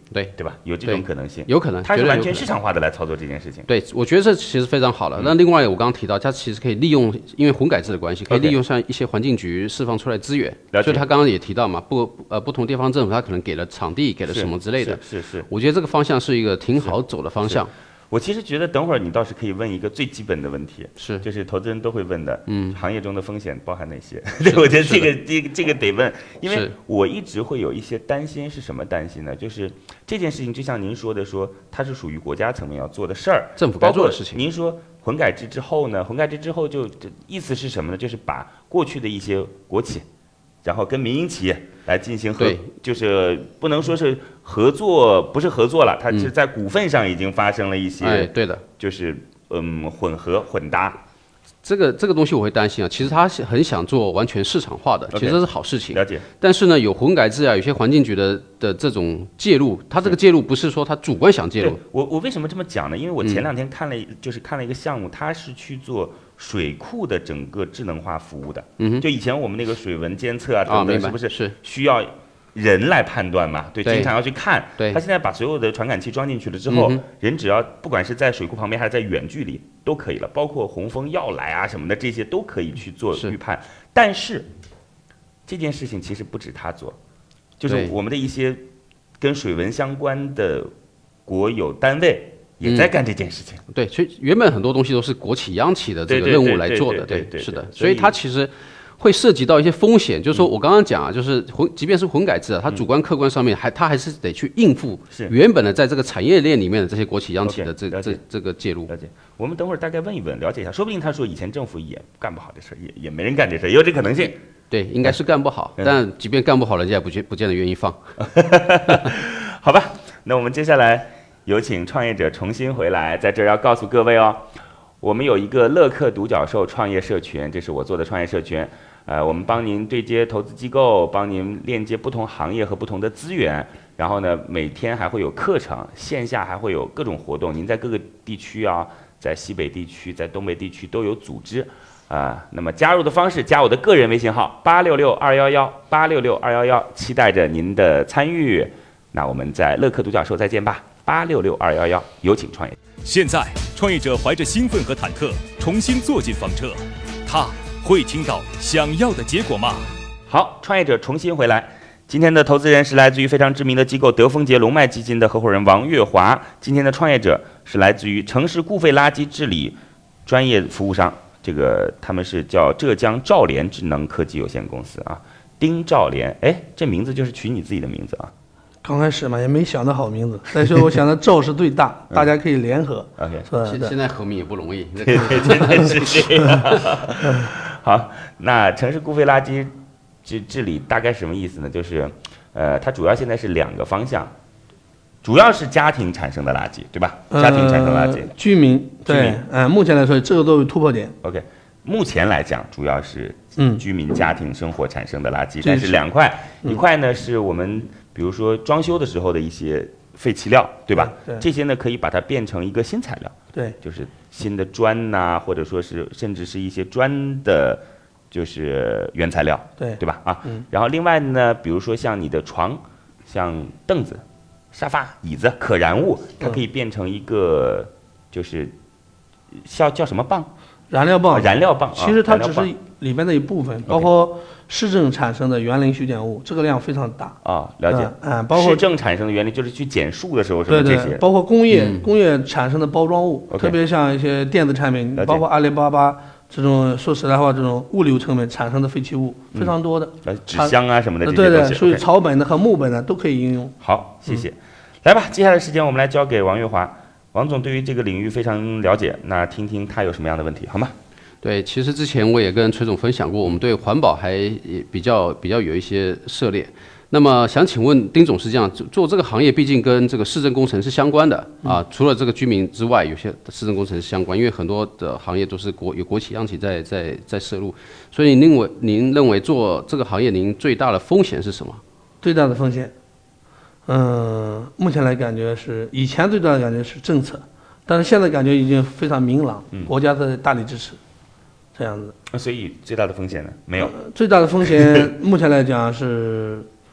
[SPEAKER 2] 对
[SPEAKER 1] 对吧？有这种可能性，
[SPEAKER 2] 有可能，
[SPEAKER 1] 它是完全
[SPEAKER 2] 绝对有可能
[SPEAKER 1] 市场化的来操作这件事情。
[SPEAKER 2] 对，我觉得这其实非常好的。那、另外我刚刚提到，它其实可以利用，因为混改制的关系，可以
[SPEAKER 1] OK
[SPEAKER 2] 利用上一些环境局释放出来资源。
[SPEAKER 1] 了解
[SPEAKER 2] 所以他刚刚也提到嘛，不呃不同地方政府他可能给了场地，给了什么之类的。
[SPEAKER 1] 是是是。
[SPEAKER 2] 我觉得这个方向是一个挺好走的方向。
[SPEAKER 1] 我其实觉得等会儿你倒是可以问一个最基本的问题，
[SPEAKER 2] 是
[SPEAKER 1] 就是投资人都会问的，
[SPEAKER 2] 嗯，
[SPEAKER 1] 行业中的风险包含哪些？对，我觉得这个这个这个得问，因为
[SPEAKER 2] 是
[SPEAKER 1] 我一直会有一些担心，是什么担心呢？就是这件事情，就像您说的说，它是属于国家层面要做的事儿，
[SPEAKER 2] 政府该做的事情。
[SPEAKER 1] 您说混改制之后呢？混改制之后就这意思是什么呢？就是把过去的一些国企，然后跟民营企业来进行合，就是不能说是合作，不是合作了，它是在股份上已经发生了一些，
[SPEAKER 2] 哎，对的，
[SPEAKER 1] 就是嗯混合混搭。
[SPEAKER 2] 这个这个东西我会担心啊，其实他很想做完全市场化的，
[SPEAKER 1] Okay,
[SPEAKER 2] 其实这是好事情。
[SPEAKER 1] 了解。
[SPEAKER 2] 但是呢，有混改制啊，有些环境局的的这种介入，他这个介入不是说他主观想介入。
[SPEAKER 1] 我我为什么这么讲呢？因为我前两天看了，嗯、就是看了一个项目，它是去做水库的整个智能化服务的。
[SPEAKER 2] 嗯哼。
[SPEAKER 1] 就以前我们那个水文监测啊等等，是不是
[SPEAKER 2] 是
[SPEAKER 1] 需要人来判断嘛？对，
[SPEAKER 2] 对
[SPEAKER 1] 经常要去看。
[SPEAKER 2] 对。
[SPEAKER 1] 他现在把所有的传感器装进去了之后，嗯、人只要不管是在水库旁边还是在远距离都可以了，包括洪峰要来啊什么的，这些都可以去做预判。但是这件事情其实不止他做，就是我们的一些跟水文相关的国有单位也在干这件事情。
[SPEAKER 2] 嗯、对，所以原本很多东西都是国企、央企的这个任务来做的，
[SPEAKER 1] 对，
[SPEAKER 2] 是的。所以它其实会涉及到一些风险，就是说我刚刚讲啊，就是混，即便是混改制啊，它主观客观上面还它还是得去应付原本的在这个产业链里面的这些国企、央企的这这这个介入。
[SPEAKER 1] 了解。我们等会儿大概问一问，了解一下，说不定他说以前政府也干不好这事儿，也也没人干这事儿，也有这可能性。
[SPEAKER 2] 对，应该是干不好，但即便干不好，人家也不见不见得愿意放。
[SPEAKER 1] 好吧，那我们接下来有请创业者重新回来，在这儿要告诉各位哦，我们有一个乐客独角兽创业社群，这是我做的创业社群。呃，我们帮您对接投资机构，帮您链接不同行业和不同的资源，然后呢，每天还会有课程，线下还会有各种活动。您在各个地区啊，在西北地区、在东北地区都有组织啊、呃。那么加入的方式，加我的个人微信号八六六二幺幺八六六二幺幺，期待着您的参与。那我们在乐客独角兽再见吧，八六六二幺幺，有请创业。
[SPEAKER 5] 现在，创业者怀着兴奋和忐忑，重新坐进房车，他会听到想要的结果吗？
[SPEAKER 1] 好，创业者重新回来。今天的投资人是来自于非常知名的机构德丰杰龙脉基金的合伙人王月华。今天的创业者是来自于城市固废垃圾治理专业服务商，这个他们是叫浙江兆联智能科技有限公司啊，丁兆联。哎，这名字就是取你自己的名字啊？
[SPEAKER 4] 刚开始嘛，也没想到好名字。再说，我想到兆是最大，大家可以联合。
[SPEAKER 1] OK，
[SPEAKER 2] 现现在合名也不容易。
[SPEAKER 1] 对对，真的是这样。好，那城市固废垃圾治治理大概什么意思呢？就是，呃，它主要现在是两个方向，主要是家庭产生的垃圾，对吧？家庭产生垃圾，
[SPEAKER 4] 呃、居民对，嗯、呃，目前来说，这个都有突破点。
[SPEAKER 1] OK， 目前来讲，主要是居民家庭生活产生的垃圾，
[SPEAKER 4] 嗯、
[SPEAKER 1] 但是两块，一块呢是我们比如说装修的时候的一些废弃料，对吧？
[SPEAKER 4] 对，
[SPEAKER 1] 这些呢可以把它变成一个新材料，
[SPEAKER 4] 对，
[SPEAKER 1] 就是新的砖呐、啊，或者说是甚至是一些砖的，就是原材料，
[SPEAKER 4] 对，
[SPEAKER 1] 对吧？啊，
[SPEAKER 4] 嗯，
[SPEAKER 1] 然后另外呢，比如说像你的床、像凳子、沙发、椅子，可燃物，它可以变成一个，就是叫叫什么棒？
[SPEAKER 4] 燃料棒，
[SPEAKER 1] 啊、燃料棒。
[SPEAKER 4] 其实它只是里面的一部分，
[SPEAKER 1] 啊、
[SPEAKER 4] 包括市政产生的园林修剪物，这个量非常大。
[SPEAKER 1] 啊，了解。
[SPEAKER 4] 嗯，嗯包括
[SPEAKER 1] 市政产生的园林就是去剪树的时候什么这些。
[SPEAKER 4] 对对，包括工业、
[SPEAKER 1] 嗯、
[SPEAKER 4] 工业产生的包装物，
[SPEAKER 1] okay,
[SPEAKER 4] 特别像一些电子产品，包括阿里巴巴这种，说实在话，这种物流成本产生的废弃物、嗯、非常多的。
[SPEAKER 1] 纸箱啊什么的这些
[SPEAKER 4] 对对，
[SPEAKER 1] 东西。
[SPEAKER 4] 所以草本的和木本的都可以应用。
[SPEAKER 1] 好，谢谢。嗯、来吧，接下来的时间我们来交给王月华。王总对于这个领域非常了解，那听听他有什么样的问题，好吗？
[SPEAKER 2] 对，其实之前我也跟崔总分享过，我们对环保还也比较比较有一些涉猎。那么想请问丁总是这样，做这个行业毕竟跟这个市政工程是相关的啊，除了这个居民之外，有些市政工程是相关，因为很多的行业都是国有国企央企在在在涉入，所以您认为您认为做这个行业您最大的风险是什么？
[SPEAKER 4] 最大的风险，嗯，目前来感觉是以前最大的感觉是政策，但是现在感觉已经非常明朗，国家在大力支持。这样子，
[SPEAKER 1] 所以最大的风险呢？没有、
[SPEAKER 4] 呃。最大的风险，目前来讲是，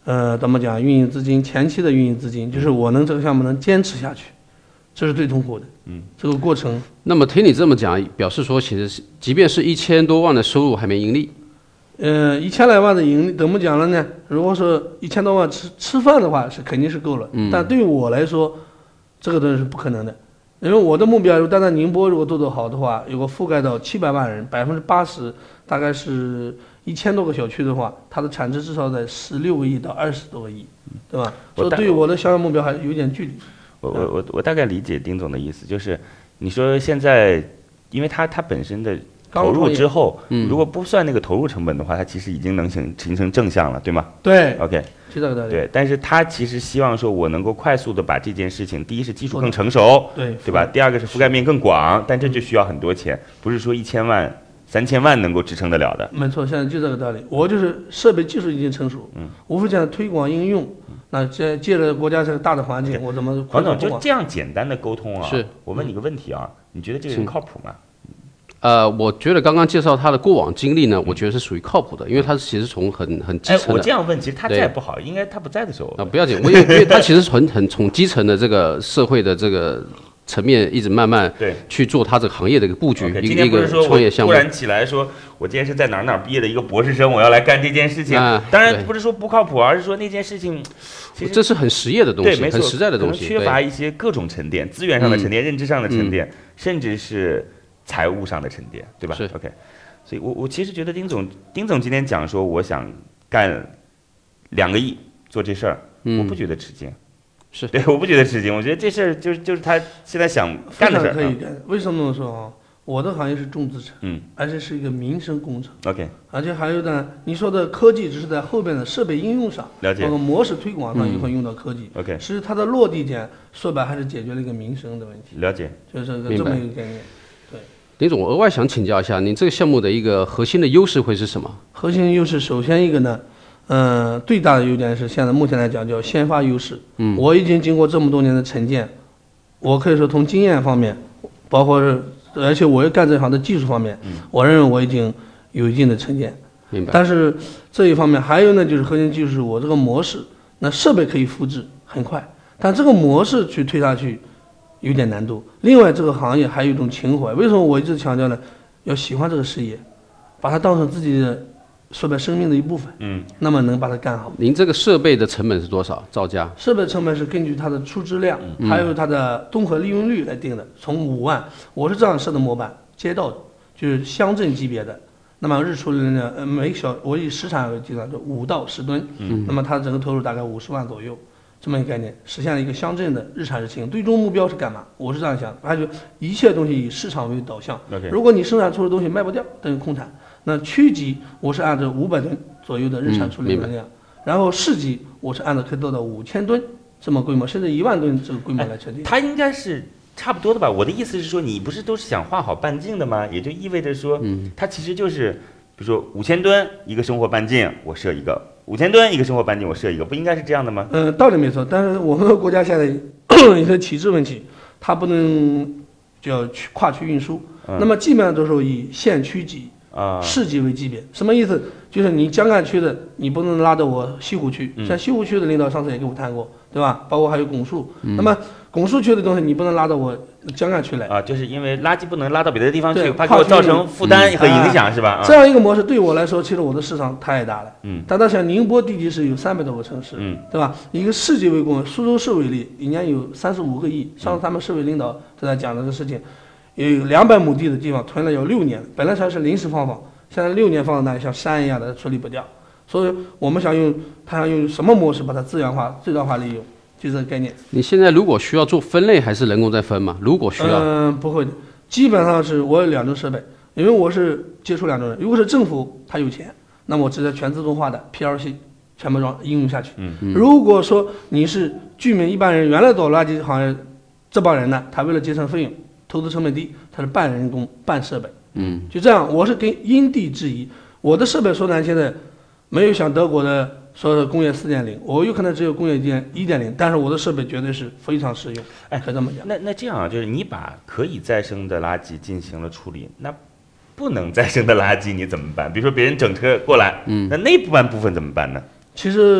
[SPEAKER 4] 呃，怎么讲，运营资金前期的运营资金，就是我能这个项目能坚持下去，这是最痛苦的。嗯，这个过程。
[SPEAKER 2] 那么听你这么讲，表示说其实是即便是一千多万的收入还没盈利。
[SPEAKER 4] 呃，一千来万的盈利怎么讲了呢？如果说一千多万吃吃饭的话，是肯定是够了。嗯。但对于我来说，这个东西是不可能的，因为我的目标，如果单单宁波如果做得好的话，有个覆盖到七百万人，百分之八十大概是一千多个小区的话，它的产值至少在十六个亿到二十多个亿，对吧？所以对于我的销售目标还有点距离。
[SPEAKER 1] 我我我我大概理解丁总的意思，就是你说现在，因为它它本身的投入之后，嗯，如果不算那个投入成本的话，它其实已经能形形成正向了，对吗？
[SPEAKER 4] 对
[SPEAKER 1] ，OK，
[SPEAKER 4] 是这个道理。
[SPEAKER 1] 对，但是他其实希望说我能够快速的把这件事情，第一是技术更成熟，
[SPEAKER 4] 对，
[SPEAKER 1] 对吧？第二个是覆盖面更广，但这就需要很多钱，不是说一千万、三千万能够支撑得了的。
[SPEAKER 4] 没错，现在就这个道理。我就是设备技术已经成熟，嗯，无非讲推广应用。那借借着国家这个大的环境，我怎么？
[SPEAKER 1] 黄总就这样简单的沟通啊？
[SPEAKER 2] 是，
[SPEAKER 1] 我问你个问题啊，你觉得这个人靠谱吗？
[SPEAKER 2] 呃，我觉得刚刚介绍他的过往经历呢，我觉得是属于靠谱的，因为他其实从很很基层的。
[SPEAKER 1] 哎，我这样问，其实他在不好，应该他不在的时候。
[SPEAKER 2] 啊，不要紧，我因为因为他其实很很从基层的这个社会的这个层面，一直慢慢
[SPEAKER 1] 对
[SPEAKER 2] 去做他这个行业的一个布局，
[SPEAKER 1] 一
[SPEAKER 2] 个一个创业项目。
[SPEAKER 1] 突然起来说，我今天是在哪儿哪儿毕业的一个博士生，我要来干这件事情。
[SPEAKER 2] 啊、
[SPEAKER 1] 当然不是说不靠谱，而是说那件事情，其实
[SPEAKER 2] 这是很实业的东西，很实在的东西，
[SPEAKER 1] 缺乏一些各种沉淀，资源上的沉淀、嗯、认知上的沉淀，嗯、甚至是。财务上的沉淀，对吧？
[SPEAKER 2] 是
[SPEAKER 1] OK， 所以我我其实觉得丁总丁总今天讲说我想干两个亿做这事儿，嗯、我不觉得吃惊，
[SPEAKER 2] 是
[SPEAKER 1] 对，我不觉得吃惊，我觉得这事儿就是就是他现在想干的事儿。
[SPEAKER 4] 可以干，为什么这么说啊？我的行业是重资产，
[SPEAKER 1] 嗯，
[SPEAKER 4] 而且是一个民生工程
[SPEAKER 1] ，OK，
[SPEAKER 4] 而且还有呢，你说的科技只是在后边的设备应用上，
[SPEAKER 1] 了解，
[SPEAKER 4] 包括模式推广上也会用到科技、
[SPEAKER 1] 嗯、，OK，
[SPEAKER 4] 其实它的落地点说白还是解决了一个民生的问题，
[SPEAKER 1] 了解，
[SPEAKER 4] 就是这么一个概念。
[SPEAKER 2] 林总，我额外想请教一下，您这个项目的一个核心的优势会是什么？
[SPEAKER 4] 核心优势，首先一个呢，嗯、呃，最大的优点是现在目前来讲叫先发优势。嗯，我已经经过这么多年的沉淀，我可以说从经验方面，包括是，而且我又干这行的技术方面，嗯、我认为我已经有一定的沉淀。
[SPEAKER 2] 明白。
[SPEAKER 4] 但是这一方面还有呢，就是核心技术，我这个模式，那设备可以复制很快，但这个模式去推下去。有点难度。另外，这个行业还有一种情怀。为什么我一直强调呢？要喜欢这个事业，把它当成自己的说白生命的一部分。嗯，那么能把它干好。
[SPEAKER 2] 您这个设备的成本是多少？造价？
[SPEAKER 4] 设备成本是根据它的出资量，嗯、还有它的综合利用率来定的。从五万，我是这样设的模板，街道就是乡镇级别的。那么日出呢，呃，每小我以时产为计算，就五到十吨。嗯，那么它整个投入大概五十万左右。这么一个概念，实现了一个乡镇的日产日清。最终目标是干嘛？我是这样想，还有一切东西以市场为导向。
[SPEAKER 1] Okay.
[SPEAKER 4] 如果你生产出的东西卖不掉，等于空产。那区级我是按照五百吨左右的日产处理能量，嗯、然后市级我是按照可以做到五千吨这么规模，甚至一万吨这个规模来设定。
[SPEAKER 1] 它应该是差不多的吧？我的意思是说，你不是都是想画好半径的吗？也就意味着说，嗯、它其实就是，比如说五千吨一个生活半径，我设一个。五千吨一个生活半径，我设一个，不应该是这样的吗？
[SPEAKER 4] 嗯、呃，道理没错，但是我们国家现在一些体制问题，它不能叫去跨区运输，嗯、那么基本上都是以县区级啊市级为级别。什么意思？就是你江干区的，你不能拉到我西湖区，嗯、像西湖区的领导上次也跟我谈过，对吧？包括还有拱墅，嗯、那么拱墅区的东西你不能拉到我江干区来
[SPEAKER 1] 啊，就是因为垃圾不能拉到别的地方去，怕给我造成负担和影响，嗯、是吧？
[SPEAKER 4] 啊、这样一个模式对我来说，其实我的市场太大了。嗯，大家想宁波地级市有三百多个城市，嗯，对吧？一个市级为公，苏州市为例，一年有三十五个亿。上次他们市委领导在那讲这个事情，有两百亩地的地方囤了有六年，本来才是临时放放，现在六年放在那里像山一样的处理不掉。所以我们想用，他想用什么模式把它资源化、最大化利用。就这个概念。
[SPEAKER 2] 你现在如果需要做分类，还是人工在分吗？如果需要，
[SPEAKER 4] 嗯、呃，不会的，基本上是我有两种设备，因为我是接触两种人。如果是政府他有钱，那么我直接全自动化的 P L C 全部让应用下去。嗯嗯。如果说你是居民一般人，原来搞垃圾行业这帮人呢，他为了节省费用，投资成本低，他是半人工半设备。嗯，就这样，我是跟因地制宜，我的设备说难听的，没有像德国的。说是工业四点零，我有可能只有工业一点零，但是我的设备绝对是非常实用。
[SPEAKER 1] 哎，
[SPEAKER 4] 可以这么讲。
[SPEAKER 1] 那那这样啊，就是你把可以再生的垃圾进行了处理，那不能再生的垃圾你怎么办？比如说别人整车过来，嗯，那那部分部分怎么办呢？
[SPEAKER 4] 其实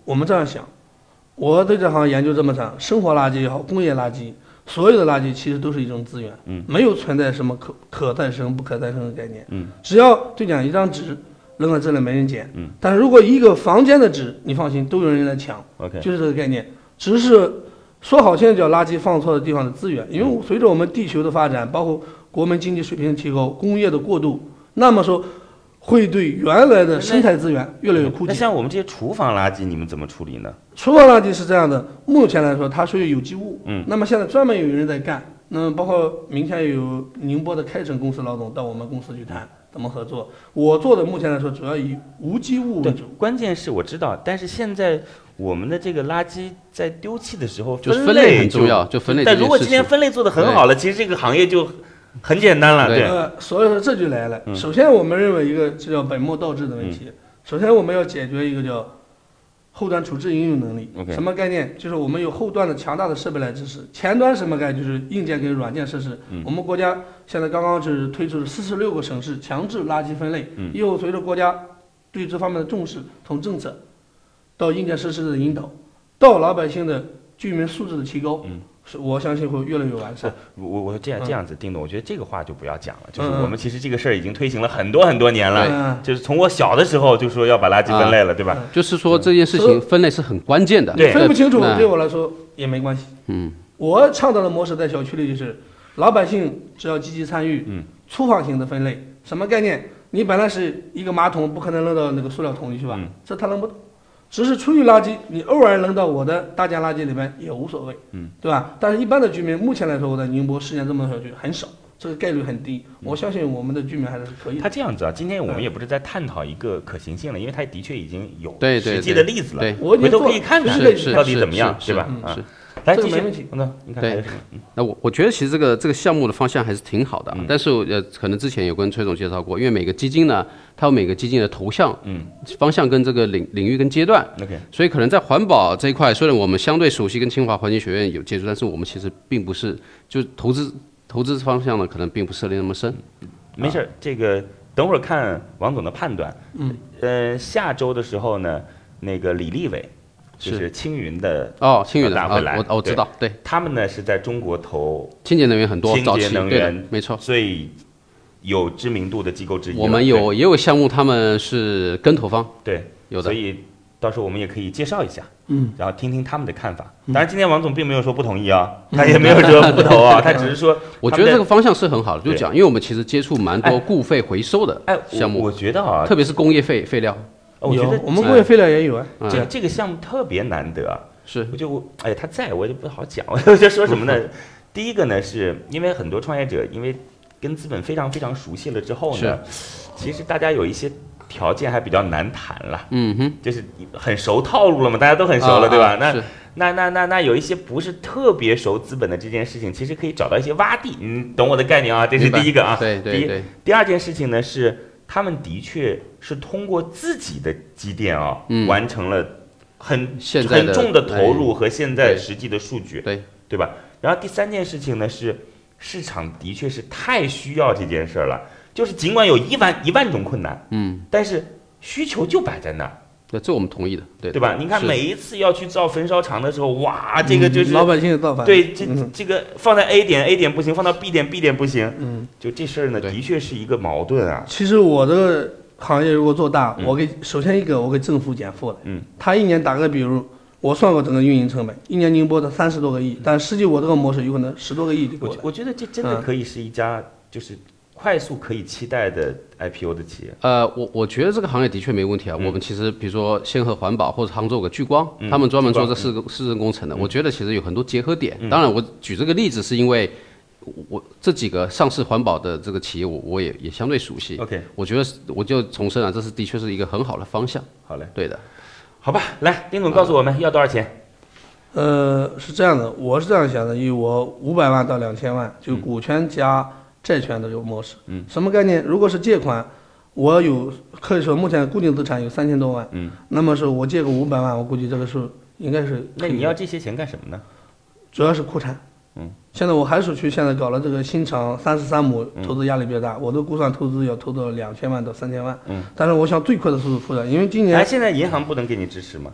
[SPEAKER 4] 我们这样想，我对这行研究这么长，生活垃圾也好，工业垃圾，所有的垃圾其实都是一种资源，
[SPEAKER 1] 嗯，
[SPEAKER 4] 没有存在什么可可再生不可再生的概念，
[SPEAKER 1] 嗯，
[SPEAKER 4] 只要就讲一张纸扔在这里没人捡，
[SPEAKER 1] 嗯，
[SPEAKER 4] 但是如果一个房间的纸，你放心都有人来抢
[SPEAKER 1] ，OK，
[SPEAKER 4] 就是这个概念，只是说好听叫垃圾放错的地方的资源，因为随着我们地球的发展，包括国民经济水平的提高，工业的过渡，那么说会对原来的生态资源越来越枯竭。
[SPEAKER 1] 那像我们这些厨房垃圾，你们怎么处理呢？
[SPEAKER 4] 厨房垃圾是这样的，目前来说它属于有机物，
[SPEAKER 1] 嗯，
[SPEAKER 4] 那么现在专门有人在干，那么包括明天有宁波的开城公司老总到我们公司去谈怎么合作。我做的目前来说主要以无机物为主。
[SPEAKER 1] 关键是我知道，但是现在我们的这个垃圾在丢弃的时候
[SPEAKER 2] 就是分类很重要，就分类这件事情。
[SPEAKER 1] 但如果今天分类做得很好了，其实这个行业就很简单了，对。
[SPEAKER 4] 呃，所以说这就来了。
[SPEAKER 1] 嗯、
[SPEAKER 4] 首先，我们认为一个这叫本末倒置的问题。嗯、首先，我们要解决一个叫后端处置应用能力。
[SPEAKER 1] Okay.
[SPEAKER 4] 什么概念？就是我们有后端的强大的设备来支持，前端什么概念？就是硬件跟软件设施。
[SPEAKER 1] 嗯、
[SPEAKER 4] 我们国家现在刚刚是推出四十六个省市强制垃圾分类，
[SPEAKER 1] 嗯、
[SPEAKER 4] 以后随着国家对这方面的重视，从政策到硬件设施的引导，到老百姓的居民素质的提高。
[SPEAKER 1] 嗯
[SPEAKER 4] 我相信会越来越完善。
[SPEAKER 1] 我我这样这样子，丁总，我觉得这个话就不要讲了。就是我们其实这个事儿已经推行了很多很多年了，
[SPEAKER 4] 嗯、
[SPEAKER 1] 就是从我小的时候就说要把垃圾分类了，
[SPEAKER 2] 啊、
[SPEAKER 1] 对吧？
[SPEAKER 2] 就是说这件事情分类是很关键的。
[SPEAKER 1] 对，
[SPEAKER 4] 分不清楚对我来说也没关系。
[SPEAKER 2] 嗯，
[SPEAKER 4] 我倡导的模式在小区里就是，老百姓只要积极参与，
[SPEAKER 1] 嗯，
[SPEAKER 4] 粗放型的分类，什么概念？你本来是一个马桶，不可能扔到那个塑料桶里去吧？
[SPEAKER 1] 嗯、
[SPEAKER 4] 这他扔不到。只是厨余垃圾，你偶尔扔到我的大件垃圾里面也无所谓，
[SPEAKER 1] 嗯，
[SPEAKER 4] 对吧？但是一般的居民，目前来说，我在宁波实践这么多小区很少，这个概率很低。我相信我们的居民还是可以的。
[SPEAKER 1] 他这样子啊，今天我们也不是在探讨一个可行性了，因为他的确已经有
[SPEAKER 2] 对
[SPEAKER 1] 实际的例子了，
[SPEAKER 2] 对，
[SPEAKER 1] 回头可以看看到底怎么样，
[SPEAKER 2] 对
[SPEAKER 1] 吧？
[SPEAKER 4] 啊，
[SPEAKER 1] 来继续，
[SPEAKER 4] 那
[SPEAKER 1] 你看还有什么？
[SPEAKER 2] 那我我觉得其实这个这个项目的方向还是挺好的，
[SPEAKER 1] 嗯、
[SPEAKER 2] 但是呃，可能之前有跟崔总介绍过，因为每个基金呢，它有每个基金的头项、
[SPEAKER 1] 嗯，
[SPEAKER 2] 方向跟这个领领域跟阶段
[SPEAKER 1] ，OK，
[SPEAKER 2] 所以可能在环保这一块，虽然我们相对熟悉，跟清华环境学院有接触，但是我们其实并不是就投资投资方向呢，可能并不涉猎那么深。
[SPEAKER 1] 没事，这个等会儿看王总的判断。
[SPEAKER 4] 嗯，
[SPEAKER 1] 呃，下周的时候呢，那个李立伟。就是青云的
[SPEAKER 2] 哦，青云的
[SPEAKER 1] 大会来，
[SPEAKER 2] 我我知道，对，
[SPEAKER 1] 他们呢是在中国投
[SPEAKER 2] 清洁能源很多，
[SPEAKER 1] 清洁能源
[SPEAKER 2] 没错，
[SPEAKER 1] 最有知名度的机构之一。
[SPEAKER 2] 我们有也有项目，他们是跟投方，
[SPEAKER 1] 对，
[SPEAKER 2] 有的，
[SPEAKER 1] 所以到时候我们也可以介绍一下，
[SPEAKER 4] 嗯，
[SPEAKER 1] 然后听听他们的看法。当然，今天王总并没有说不同意啊，他也没有说不投啊，他只是说，
[SPEAKER 2] 我觉得这个方向是很好的，就讲，因为我们其实接触蛮多固废回收的项目，
[SPEAKER 1] 我觉得啊，
[SPEAKER 2] 特别是工业废废料。
[SPEAKER 1] 我觉得
[SPEAKER 4] 我们工业废料也有啊，
[SPEAKER 1] 这个这个项目特别难得，
[SPEAKER 2] 是，
[SPEAKER 1] 我就哎他在我就不好讲，我就说什么呢？第一个呢，是因为很多创业者因为跟资本非常非常熟悉了之后呢，其实大家有一些条件还比较难谈了，
[SPEAKER 2] 嗯哼，
[SPEAKER 1] 就是很熟套路了嘛，大家都很熟了，
[SPEAKER 2] 啊、
[SPEAKER 1] 对吧？
[SPEAKER 2] 啊、
[SPEAKER 1] 那那那那那有一些不是特别熟资本的这件事情，其实可以找到一些洼地，你懂我的概念啊？这是第一个啊，
[SPEAKER 2] 对对对。
[SPEAKER 1] 第二件事情呢是。他们的确是通过自己的积淀啊，
[SPEAKER 2] 嗯、
[SPEAKER 1] 完成了很
[SPEAKER 2] 很
[SPEAKER 1] 重的投入和现在实际的数据，
[SPEAKER 2] 对
[SPEAKER 1] 对吧？然后第三件事情呢是，市场的确是太需要这件事了，就是尽管有一万一万种困难，
[SPEAKER 2] 嗯，
[SPEAKER 1] 但是需求就摆在那儿。
[SPEAKER 2] 对，这我们同意的，对
[SPEAKER 1] 对吧？你看每一次要去造焚烧厂的时候，哇，这个就是、
[SPEAKER 4] 嗯、老百姓的造反。
[SPEAKER 1] 对，这、
[SPEAKER 4] 嗯、
[SPEAKER 1] 这个放在 A 点 A 点不行，放到 B 点 B 点不行，
[SPEAKER 4] 嗯，
[SPEAKER 1] 就这事儿呢，的确是一个矛盾啊。
[SPEAKER 4] 其实我这个行业如果做大，
[SPEAKER 1] 嗯、
[SPEAKER 4] 我给首先一个我给政府减负了，
[SPEAKER 1] 嗯，
[SPEAKER 4] 他一年打个比如，我算过整个运营成本，一年宁波的三十多个亿，但实际我这个模式有可能十多个亿就够了。
[SPEAKER 1] 我我觉得这真的可以是一家就是快速可以期待的 I P O 的企业。
[SPEAKER 2] 呃，我我觉得这个行业的确没问题啊。
[SPEAKER 1] 嗯、
[SPEAKER 2] 我们其实比如说仙鹤环保或者杭州有个聚光，
[SPEAKER 1] 嗯、
[SPEAKER 2] 他们专门做这市市政工程的，
[SPEAKER 1] 嗯、
[SPEAKER 2] 我觉得其实有很多结合点。
[SPEAKER 1] 嗯、
[SPEAKER 2] 当然，我举这个例子是因为我这几个上市环保的这个企业我，我我也也相对熟悉。
[SPEAKER 1] OK，
[SPEAKER 2] 我觉得我就重申了，这是的确是一个很好的方向。
[SPEAKER 1] 好嘞，
[SPEAKER 2] 对的。
[SPEAKER 1] 好吧，来，丁总告诉我们、啊、要多少钱？
[SPEAKER 4] 呃，是这样的，我是这样想的，以我五百万到两千万，就股权加债权的这个模式。
[SPEAKER 1] 嗯，
[SPEAKER 4] 什么概念？如果是借款，我有可以说目前固定资产有三千多万。
[SPEAKER 1] 嗯，
[SPEAKER 4] 那么是我借个五百万，我估计这个数应该是。
[SPEAKER 1] 那你要这些钱干什么呢？
[SPEAKER 4] 主要是库产。
[SPEAKER 1] 嗯，
[SPEAKER 4] 现在我海水区现在搞了这个新厂三十三亩，投资压力比较大，
[SPEAKER 1] 嗯、
[SPEAKER 4] 我都估算投资要投到两千万到三千万。
[SPEAKER 1] 嗯，
[SPEAKER 4] 但是我想最快的速度出来，因为今年。
[SPEAKER 1] 哎，现在银行不能给你支持吗？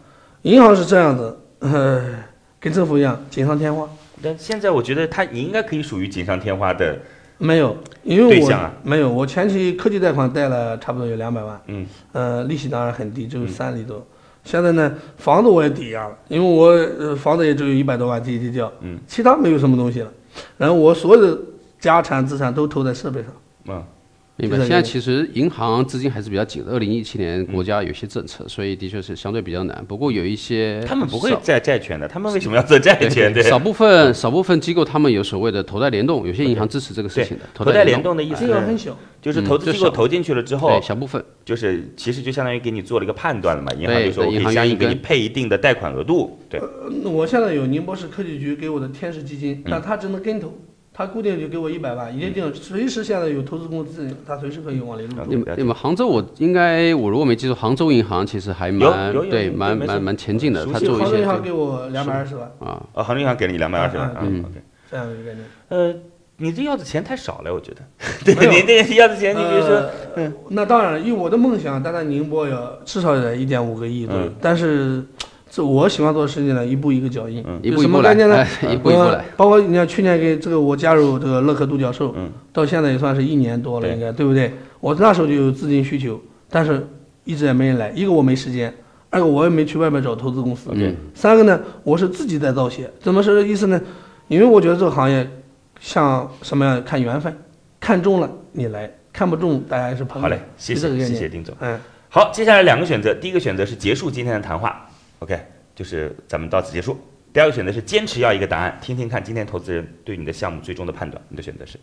[SPEAKER 4] 银行是这样的，呃，跟政府一样锦上添花。
[SPEAKER 1] 但现在我觉得他你应该可以属于锦上添花的。
[SPEAKER 4] 没有，因为我、
[SPEAKER 1] 啊、
[SPEAKER 4] 没有，我前期科技贷款贷了差不多有两百万，
[SPEAKER 1] 嗯，
[SPEAKER 4] 呃，利息当然很低，只有三厘多。嗯、现在呢，房子我也抵押了，因为我、呃、房子也只有一百多万地地掉，
[SPEAKER 1] 嗯，
[SPEAKER 4] 其他没有什么东西了。然后我所有的家产资产都投在设备上，
[SPEAKER 1] 嗯。
[SPEAKER 2] 明白。现在其实银行资金还是比较紧的。二零一七年国家有些政策，嗯、所以的确是相对比较难。不过有一些
[SPEAKER 1] 他们不会债债权的，他们为什么要做债权？对，
[SPEAKER 2] 少部分少部分机构他们有所谓的投贷联动，有些银行支持这个事情的。
[SPEAKER 1] 投贷联动的意思
[SPEAKER 4] 是很小，
[SPEAKER 1] 就是投资机构投进去了之后，
[SPEAKER 2] 对小部分
[SPEAKER 1] 就是其实就相当于给你做了一个判断了嘛。银行就说我可以相应给你配一定的贷款额度。对，
[SPEAKER 4] 呃，我现在有宁波市科技局给我的天使基金，但它只能跟投。他固定就给我一百万，一定随时现在有投资公司，他随时可以往里入驻。
[SPEAKER 2] 你们你们杭州，我应该我如果没记错，杭州银行其实还蛮对蛮蛮蛮前进的。他做一些。
[SPEAKER 4] 杭州银行给我两百二十万
[SPEAKER 2] 啊，
[SPEAKER 1] 哦，杭州银行给了你两百二十万，
[SPEAKER 4] 嗯
[SPEAKER 1] ，OK，
[SPEAKER 4] 这样的一个概念。
[SPEAKER 1] 呃，你这要的钱太少了，我觉得。对，你这要的钱，你比如说，
[SPEAKER 4] 嗯，那当然，以我的梦想，单单宁波要至少得一点五个亿左右，但是。这我喜欢做的事情呢，一步一个脚印，
[SPEAKER 2] 嗯、
[SPEAKER 4] 就什么概念呢？
[SPEAKER 2] 一步一步来。
[SPEAKER 4] 包括你看去年给这个我加入这个乐客独角兽，
[SPEAKER 1] 嗯，
[SPEAKER 4] 到现在也算是一年多了，应该 对, 对不对？我那时候就有资金需求，但是一直也没人来。一个我没时间，二个我也没去外面找投资公司，
[SPEAKER 2] 嗯、
[SPEAKER 4] 三个呢，我是自己在造血。怎么是这意思呢？因为我觉得这个行业像什么样，看缘分，看中了你来，看不中大家也是朋友。
[SPEAKER 1] 好嘞，谢谢谢谢丁总。
[SPEAKER 4] 嗯，
[SPEAKER 1] 好，接下来两个选择，第一个选择是结束今天的谈话。OK， 就是咱们到此结束。第二个选择是坚持要一个答案，听听看今天投资人对你的项目最终的判断。你的选择是？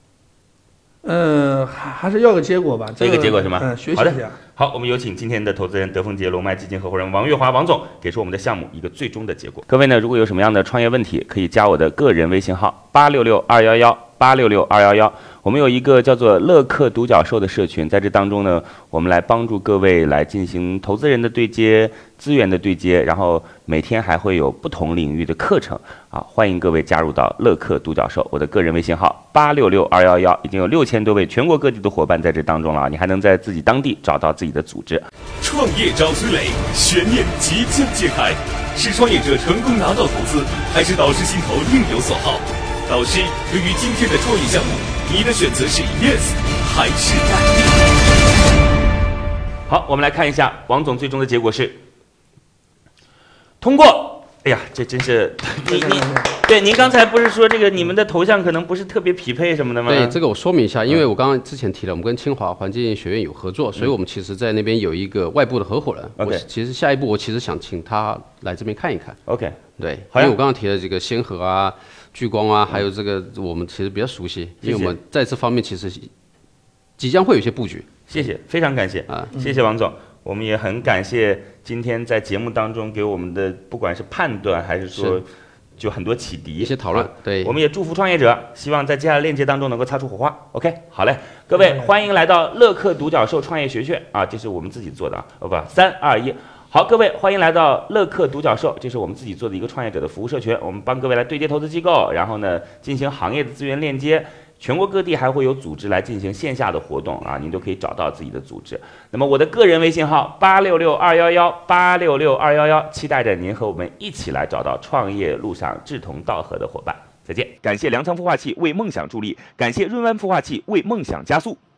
[SPEAKER 4] 呃，还还是要个结果吧。
[SPEAKER 1] 这个结果是吗？
[SPEAKER 4] 嗯，学习
[SPEAKER 1] 好的
[SPEAKER 4] 一下。
[SPEAKER 1] 好，我们有请今天的投资人德丰杰龙脉基金合伙人王月华王总，给出我们的项目一个最终的结果。各位呢，如果有什么样的创业问题，可以加我的个人微信号八六六二幺幺八六六二幺幺。我们有一个叫做乐客独角兽的社群，在这当中呢，我们来帮助各位来进行投资人的对接、资源的对接，然后每天还会有不同领域的课程啊，欢迎各位加入到乐客独角兽。我的个人微信号八六六二幺幺，已经有六千多位全国各地的伙伴在这当中了，你还能在自己当地找到自己的组织。
[SPEAKER 5] 创业找崔磊，悬念即将揭开，是创业者成功拿到投资，还是导师心头另有所好？导师，对于今天的创业项目，你的选择是 yes 还是 no？
[SPEAKER 1] 好，我们来看一下王总最终的结果是通过。哎呀，这真是你你对您刚才不是说这个你们的头像可能不是特别匹配什么的吗？
[SPEAKER 2] 对，这个我说明一下，因为我刚刚之前提了，我们跟清华环境学院有合作，所以我们其实在那边有一个外部的合伙人。
[SPEAKER 1] 嗯、
[SPEAKER 2] 我其实下一步我其实想请他来这边看一看。
[SPEAKER 1] OK，
[SPEAKER 2] 对，因为我刚刚提的这个先河啊、聚光啊，还有这个我们其实比较熟悉，因为我们在这方面其实即将会有一些布局。
[SPEAKER 1] 谢谢，非常感谢啊，谢谢王总。我们也很感谢今天在节目当中给我们的，不管是判断还是说，就很多启迪，
[SPEAKER 2] 一些讨论。对，
[SPEAKER 1] 我们也祝福创业者，希望在接下来链接当中能够擦出火花。OK， 好嘞，各位欢迎来到乐客独角兽创业学院啊，这是我们自己做的啊，哦不，三二一，好，各位欢迎来到乐客独角兽，这是我们自己做的一个创业者的服务社群，我们帮各位来对接投资机构，然后呢进行行业的资源链接。全国各地还会有组织来进行线下的活动啊，您都可以找到自己的组织。那么我的个人微信号八六六二幺幺八六六二幺幺，期待着您和我们一起来找到创业路上志同道合的伙伴。再见！感谢粮仓孵化器为梦想助力，感谢润湾孵化器为梦想加速。